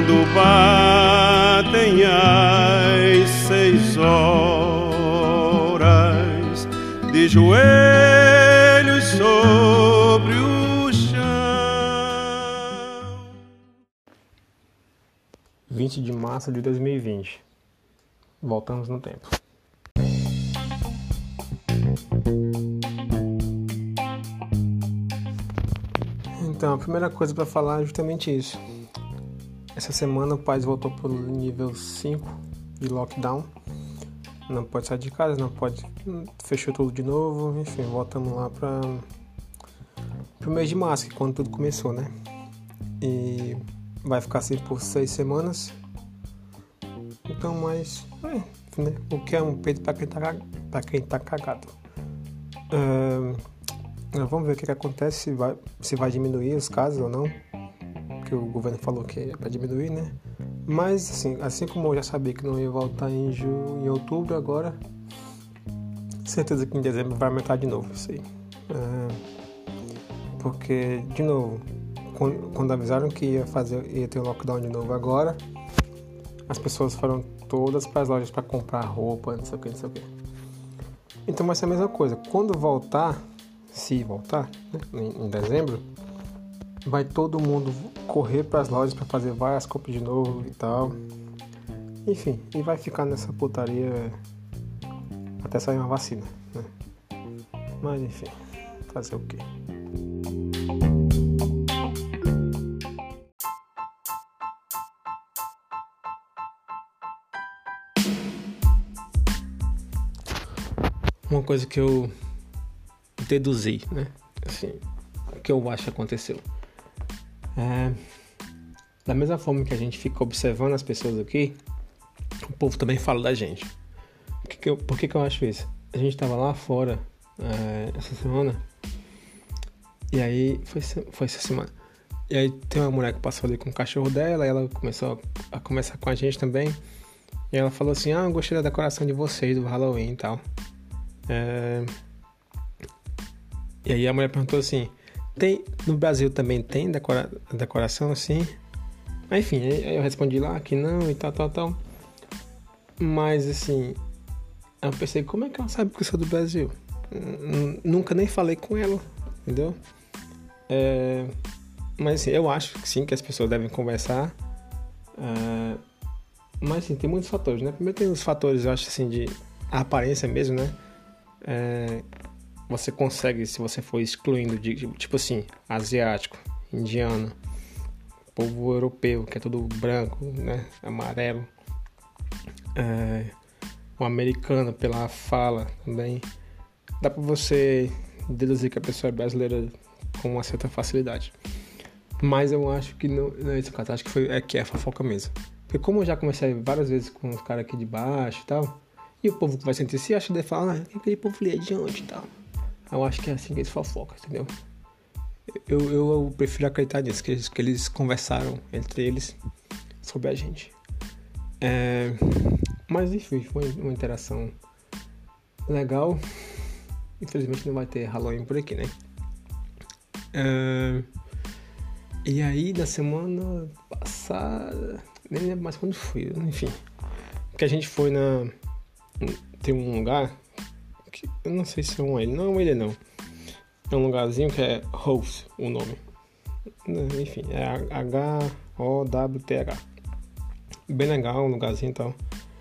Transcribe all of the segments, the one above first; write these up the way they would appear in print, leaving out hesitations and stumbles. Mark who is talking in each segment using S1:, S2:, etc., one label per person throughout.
S1: Quando batem as 6 horas, de joelhos sobre o chão.
S2: 20 de março de 2020. Voltamos no tempo. Então, a primeira coisa para falar é justamente isso. Essa semana o país voltou para o nível 5 de lockdown. Não pode sair de casa, não pode... Fechou tudo de novo, enfim, voltamos lá para o mês de março, que é quando tudo começou, né? E vai ficar assim por 6 semanas. Então, mas... né? O que é um peito para quem tá cagado. Vamos ver o que acontece, se vai diminuir os casos ou não. Que o governo falou que é para diminuir, né? Mas, assim como eu já sabia que não ia voltar em outubro agora, certeza que em dezembro vai aumentar de novo isso aí. Porque, de novo, quando avisaram que ia ter um lockdown de novo agora, as pessoas foram todas para as lojas para comprar roupa, não sei o que. Então vai ser a mesma coisa. Quando voltar, se voltar, né, em dezembro, vai todo mundo correr para as lojas para fazer várias compras de novo e tal. Enfim, e vai ficar nessa putaria até sair uma vacina, né? Mas enfim, fazer o quê? Uma coisa que eu deduzi, né? Assim, o que eu acho que aconteceu. Da mesma forma que a gente fica observando as pessoas aqui, o povo também fala da gente. Por que eu acho isso? A gente estava lá fora essa semana, e aí foi essa semana. E aí tem uma mulher que passou ali com o cachorro dela, e ela começou a conversar com a gente também. E ela falou assim: eu gostei da decoração de vocês, do Halloween e tal. E aí a mulher perguntou assim: no Brasil também tem decoração assim? Enfim, aí eu respondi lá que não e tal. Mas assim, eu pensei, como é que ela sabe que eu sou do Brasil? Nunca nem falei com ela, entendeu? Mas assim, eu acho que sim, que as pessoas devem conversar. Mas assim, tem muitos fatores, né? Primeiro tem os fatores, eu acho assim, de aparência mesmo, né? Você consegue, se você for excluindo tipo assim, asiático, indiano, povo europeu, que é tudo branco, né, amarelo, o americano pela fala também, dá pra você deduzir que a pessoa é brasileira com uma certa facilidade. Mas eu acho que não é esse caso, acho que é fofoca mesmo. Porque como eu já conversei várias vezes com os caras aqui de baixo e tal, e o povo que vai sentir se acha de falar, aquele povo ali é de onde e tal. Eu acho que é assim que eles fofocam, entendeu? Eu prefiro acreditar nisso, que eles conversaram entre eles sobre a gente. Mas enfim, foi uma interação legal. Infelizmente não vai ter Halloween por aqui, né? E aí, na semana passada, nem lembro mais quando foi, enfim. Porque a gente foi tem um lugar que eu não sei se é um L, não é um L não. É um lugarzinho que é House, o nome. Enfim, é Howth. Bem legal, um lugarzinho e tal.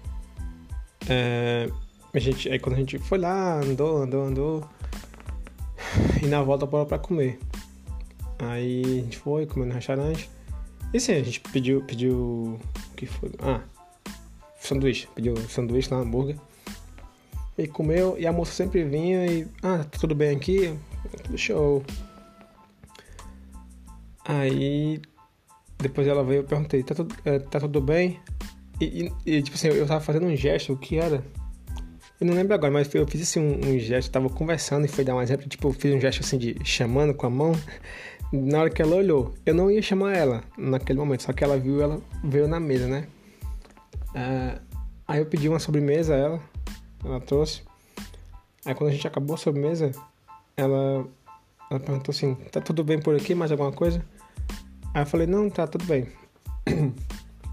S2: Aí quando a gente foi lá, andou. E na volta parou pra comer. Aí a gente foi comer no restaurante. E sim, a gente pediu o que foi? Sanduíche. Pediu sanduíche lá, hambúrguer. E comeu, e a moça sempre vinha e... tá tudo bem aqui? Tudo show. Aí... Depois ela veio, eu perguntei, tá tudo bem? E tipo assim, eu tava fazendo um gesto, o que era? Eu não lembro agora, mas eu fiz assim um gesto, tava conversando e foi dar um exemplo, tipo, eu fiz um gesto assim de chamando com a mão. Na hora que ela olhou, eu não ia chamar ela naquele momento, só que ela viu, ela veio na mesa, né? Aí eu pedi uma sobremesa a ela trouxe. Aí quando a gente acabou a sobremesa, ela perguntou assim, tá tudo bem por aqui, mais alguma coisa? Aí eu falei, não, tá tudo bem.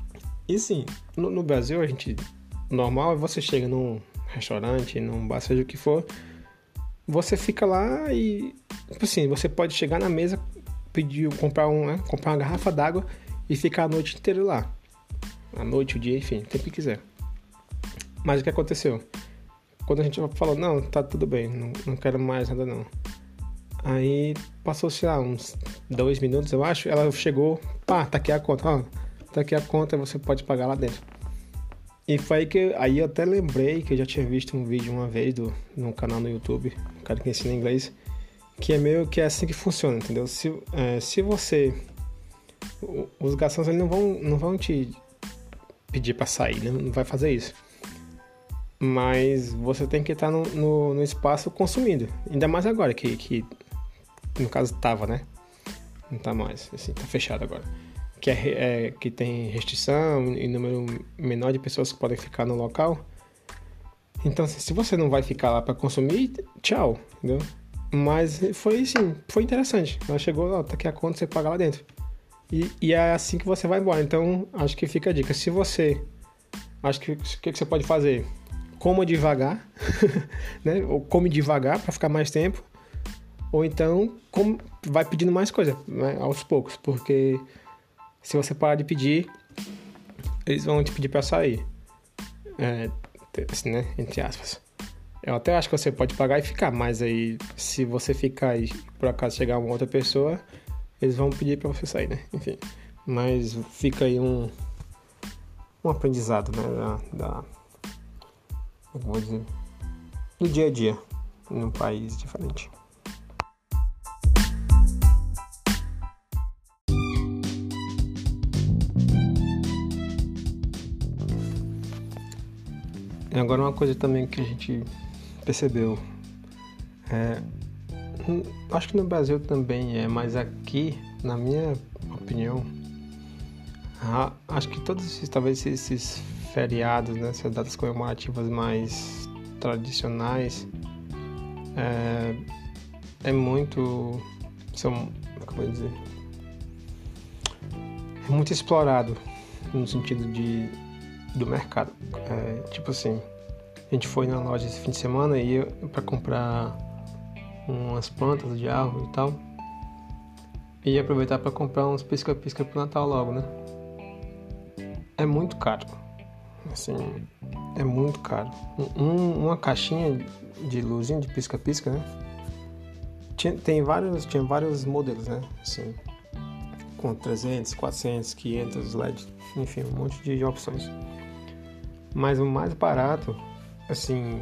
S2: E sim, no Brasil a gente... Normal é você chega num restaurante, num bar, seja o que for, você fica lá e... Tipo assim, você pode chegar na mesa, comprar uma garrafa d'água e ficar a noite inteira lá. A noite, o dia, enfim, o tempo que quiser. Mas o que aconteceu? Quando a gente falou, não, tá tudo bem, não quero mais nada não. Aí passou, sei lá, uns 2 minutos, eu acho, ela chegou, pá, tá aqui a conta, ó, tá aqui a conta, você pode pagar lá dentro. E foi aí eu até lembrei que eu já tinha visto um vídeo uma vez num canal no YouTube, um cara que ensina inglês, que é meio que é assim que funciona, entendeu? Se você... Os garçons eles não vão te pedir pra sair, né? Não vai fazer isso. Mas você tem que estar no espaço consumindo. Ainda mais agora, que no caso tava, né? Não tá mais, assim, tá fechado agora. Que tem restrição e número menor de pessoas que podem ficar no local. Então, assim, se você não vai ficar lá pra consumir, tchau, entendeu? Mas foi interessante. Ela chegou, ó, tá aqui a conta, você paga lá dentro. E é assim que você vai embora. Então, acho que fica a dica. Se você... Acho que o que você pode fazer? Coma devagar, né? Ou come devagar para ficar mais tempo. Ou então, vai pedindo mais coisa, né? Aos poucos. Porque se você parar de pedir, eles vão te pedir para sair. Assim, né? Entre aspas. Eu até acho que você pode pagar e ficar, mas aí se você ficar e por acaso chegar uma outra pessoa, eles vão pedir para você sair, né? Enfim, mas fica aí um aprendizado, né? Eu vou dizer, do dia a dia, num país diferente. E agora uma coisa também que a gente percebeu, acho que no Brasil também mas aqui, na minha opinião, acho que talvez esses feriados, né, essas datas comemorativas mais tradicionais, como eu dizer, é muito explorado no sentido do mercado. Tipo assim, a gente foi na loja esse fim de semana e ia para comprar umas plantas de árvore e tal, e ia aproveitar para comprar uns pisca-pisca pro Natal logo, né? É muito caro, assim, é muito caro. Uma caixinha de luzinha de pisca-pisca, né? Tinha vários modelos, né? Assim, com 300, 400, 500 LED, enfim, um monte de opções. Mas o mais barato, assim,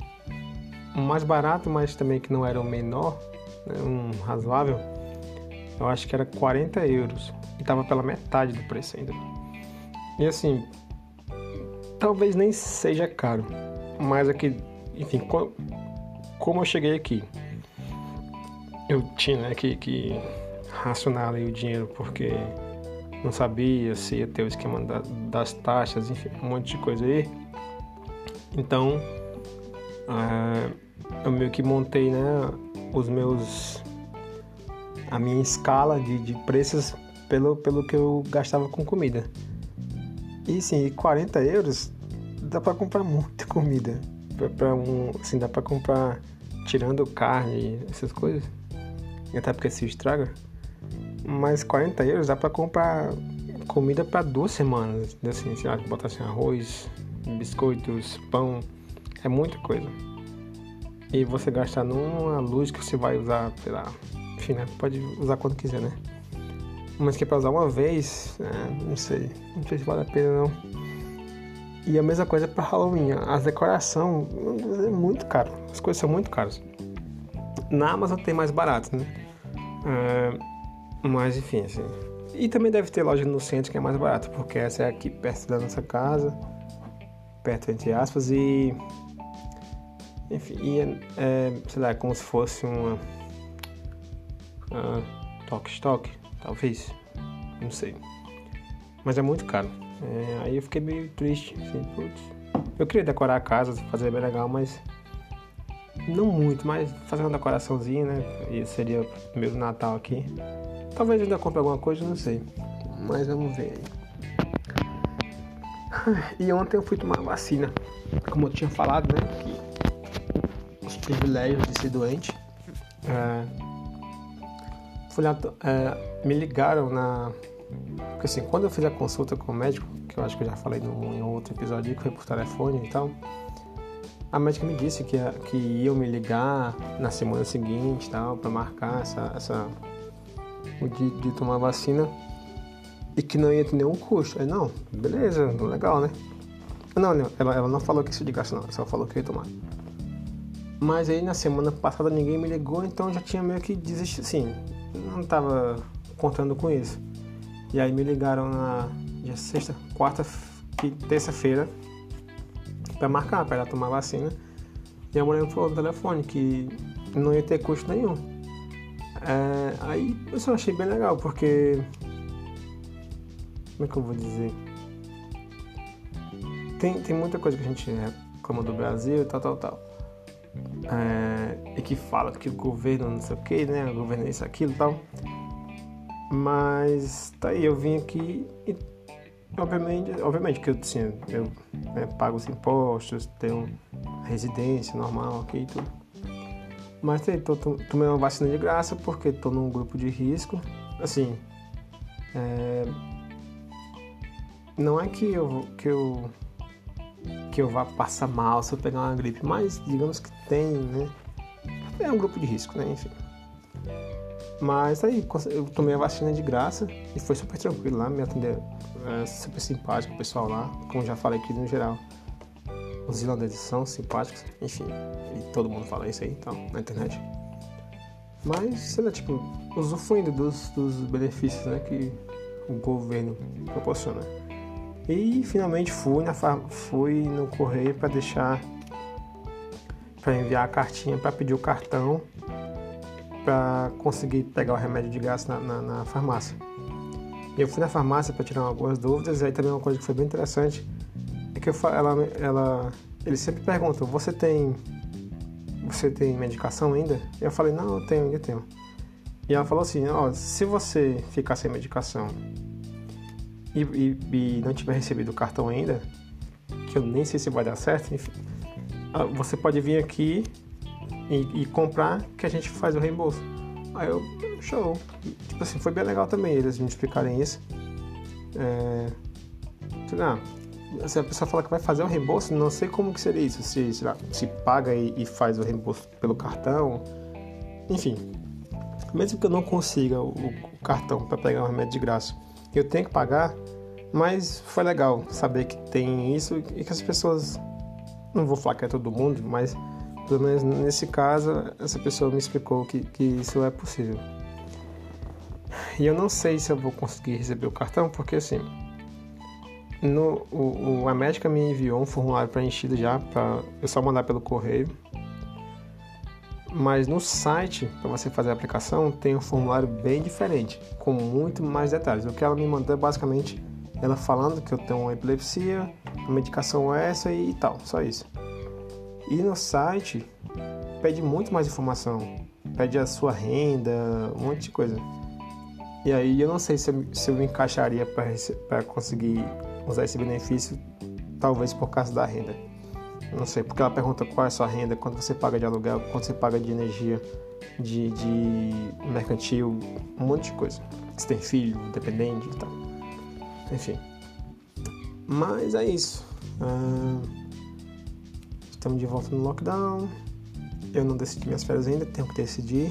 S2: mas também que não era o menor, né, um razoável, eu acho que era 40 euros. E tava pela metade do preço ainda. E assim, talvez nem seja caro, mas aqui, enfim, como eu cheguei aqui, eu tinha, né, que racionar ali o dinheiro, porque não sabia se ia ter o esquema das taxas, enfim, um monte de coisa aí. Então, eu meio que montei, né, a minha escala de preços pelo que eu gastava com comida. E sim, 40 euros dá pra comprar muita comida. Assim, dá pra comprar, tirando carne, essas coisas, e até porque se estraga. Mas 40 euros dá pra comprar comida pra 2 semanas. Assim, sei lá, botar assim, arroz, biscoitos, pão, é muita coisa. E você gastar numa luz que você vai usar, sei lá, enfim, né? Pode usar quando quiser, né? Mas que é pra usar uma vez, não sei se vale a pena não. E a mesma coisa pra Halloween. As decorações é muito caro, as coisas são muito caras. Na Amazon tem mais barato, né? Mas enfim, assim. E também deve ter loja no centro que é mais barato, porque essa é aqui perto da nossa casa, perto entre aspas, e enfim, sei lá, como se fosse uma Tok-Tok, talvez, não sei, mas é muito caro. Aí eu fiquei meio triste, assim, putz. Eu queria decorar a casa, fazer bem legal, mas não muito, mas fazer uma decoraçãozinha, né? E seria o primeiro Natal aqui. Talvez eu ainda compre alguma coisa, não sei, mas vamos ver aí. E ontem eu fui tomar vacina. Como eu tinha falado, né? Que os privilégios de ser doente. Fui lá, me ligaram na... Porque assim, quando eu fiz a consulta com o médico, que eu acho que eu já falei em outro episódio, que foi por telefone e tal, a médica me disse que iam me ligar na semana seguinte, tal, pra marcar o dia de tomar a vacina e que não ia ter nenhum custo. Aí, não, beleza, legal, né? Não, ela não falou que isso de graça, não, ela só falou que ia tomar. Mas aí na semana passada ninguém me ligou, então eu já tinha meio que desistido, assim, não tava contando com isso. E aí me ligaram na dia sexta, quarta e terça-feira pra marcar, pra ela tomar vacina. E a mulher me falou no telefone que não ia ter custo nenhum. Aí eu só achei bem legal, porque... Como é que eu vou dizer? Tem muita coisa que a gente reclama do Brasil e tal. E que fala que o governo não sei o que, né? O governo é isso, aquilo e tal. Mas tá aí, eu vim aqui e obviamente que eu pago os impostos, tenho residência normal aqui e tudo. Mas tá aí, tomei uma vacina de graça porque tô num grupo de risco. Assim, não é que eu vá passar mal se eu pegar uma gripe, mas digamos que tem, né? É um grupo de risco, né? Enfim. Mas aí, eu tomei a vacina de graça e foi super tranquilo lá, me atendeu super simpático o pessoal lá, como já falei aqui no geral. Os irlandeses são simpáticos, enfim, e todo mundo fala isso aí, então, na internet. Mas, sei lá, tipo, usufruindo dos benefícios, né, que o governo proporciona. E finalmente fui no correio para enviar a cartinha para pedir o cartão para conseguir pegar o remédio de graça na farmácia. E eu fui na farmácia para tirar algumas dúvidas, e aí também uma coisa que foi bem interessante é que eles sempre perguntam, você tem medicação ainda? Eu falei, não, eu ainda tenho. E ela falou assim, se você ficar sem medicação e não tiver recebido o cartão ainda, que eu nem sei se vai dar certo, enfim, você pode vir aqui e comprar, que a gente faz o reembolso. Aí eu, show. Tipo assim, foi bem legal também eles me explicarem isso. Se a pessoa fala que vai fazer o reembolso, não sei como que seria isso. Se paga e faz o reembolso pelo cartão. Enfim, mesmo que eu não consiga o cartão para pegar um remédio de graça, eu tenho que pagar. Mas foi legal saber que tem isso e que as pessoas... Não vou falar que é todo mundo, mas pelo menos nesse caso, essa pessoa me explicou que isso é possível. E eu não sei se eu vou conseguir receber o cartão, porque assim, a médica me enviou um formulário preenchido já, para eu só mandar pelo correio. Mas no site, para você fazer a aplicação, tem um formulário bem diferente, com muito mais detalhes. O que ela me mandou é basicamente ela falando que eu tenho uma epilepsia, a medicação é essa e tal, só isso. E no site pede muito mais informação, pede a sua renda, um monte de coisa. E aí eu não sei se eu me encaixaria para conseguir usar esse benefício, talvez por causa da renda. Não sei, porque ela pergunta qual é a sua renda, quanto você paga de aluguel, quanto você paga de energia, de mercantil, um monte de coisa. Se tem filho, dependente e tal. Enfim. Mas é isso. Estamos de volta no lockdown. Eu não decidi minhas férias ainda, tenho que decidir.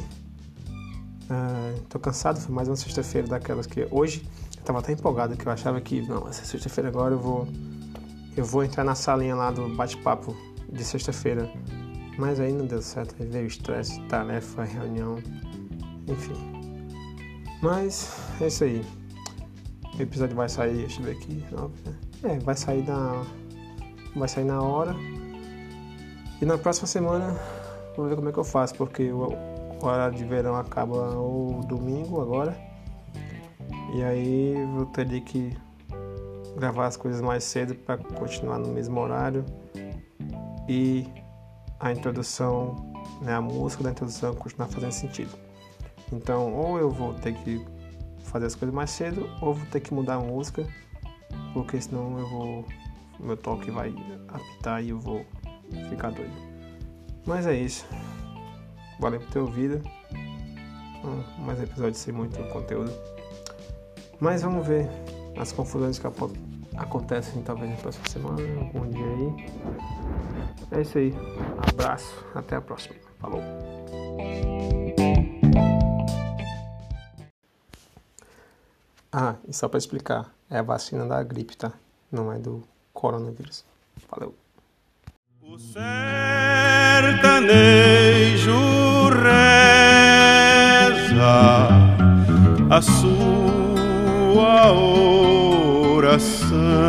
S2: Tô cansado, foi mais uma sexta-feira daquelas que... Hoje eu tava até empolgado, que eu achava que... Não, essa sexta-feira agora eu vou entrar na salinha lá do bate-papo de sexta-feira. Mas aí não deu certo, aí veio estresse, tarefa, reunião, enfim. Mas é isso aí. O episódio vai sair, deixa eu ver aqui. Vai sair na hora. E na próxima semana vou ver como é que eu faço, porque o horário de verão acaba o domingo agora. E aí vou ter que gravar as coisas mais cedo para continuar no mesmo horário. E a introdução, né, a música da introdução continuar fazendo sentido. Então, ou eu vou ter que fazer as coisas mais cedo, ou vou ter que mudar a música, porque senão eu vou o meu toque vai apitar e eu vou ficar doido. Mas é isso. Valeu por ter ouvido. Mais episódio sem muito conteúdo. Mas vamos ver as confusões que acontecem talvez na próxima semana, algum dia aí. É isso aí. Abraço. Até a próxima. Falou. E só para explicar, é a vacina da gripe, tá? Não é do coronavírus. Valeu.
S1: O sertanejo reza a sua oração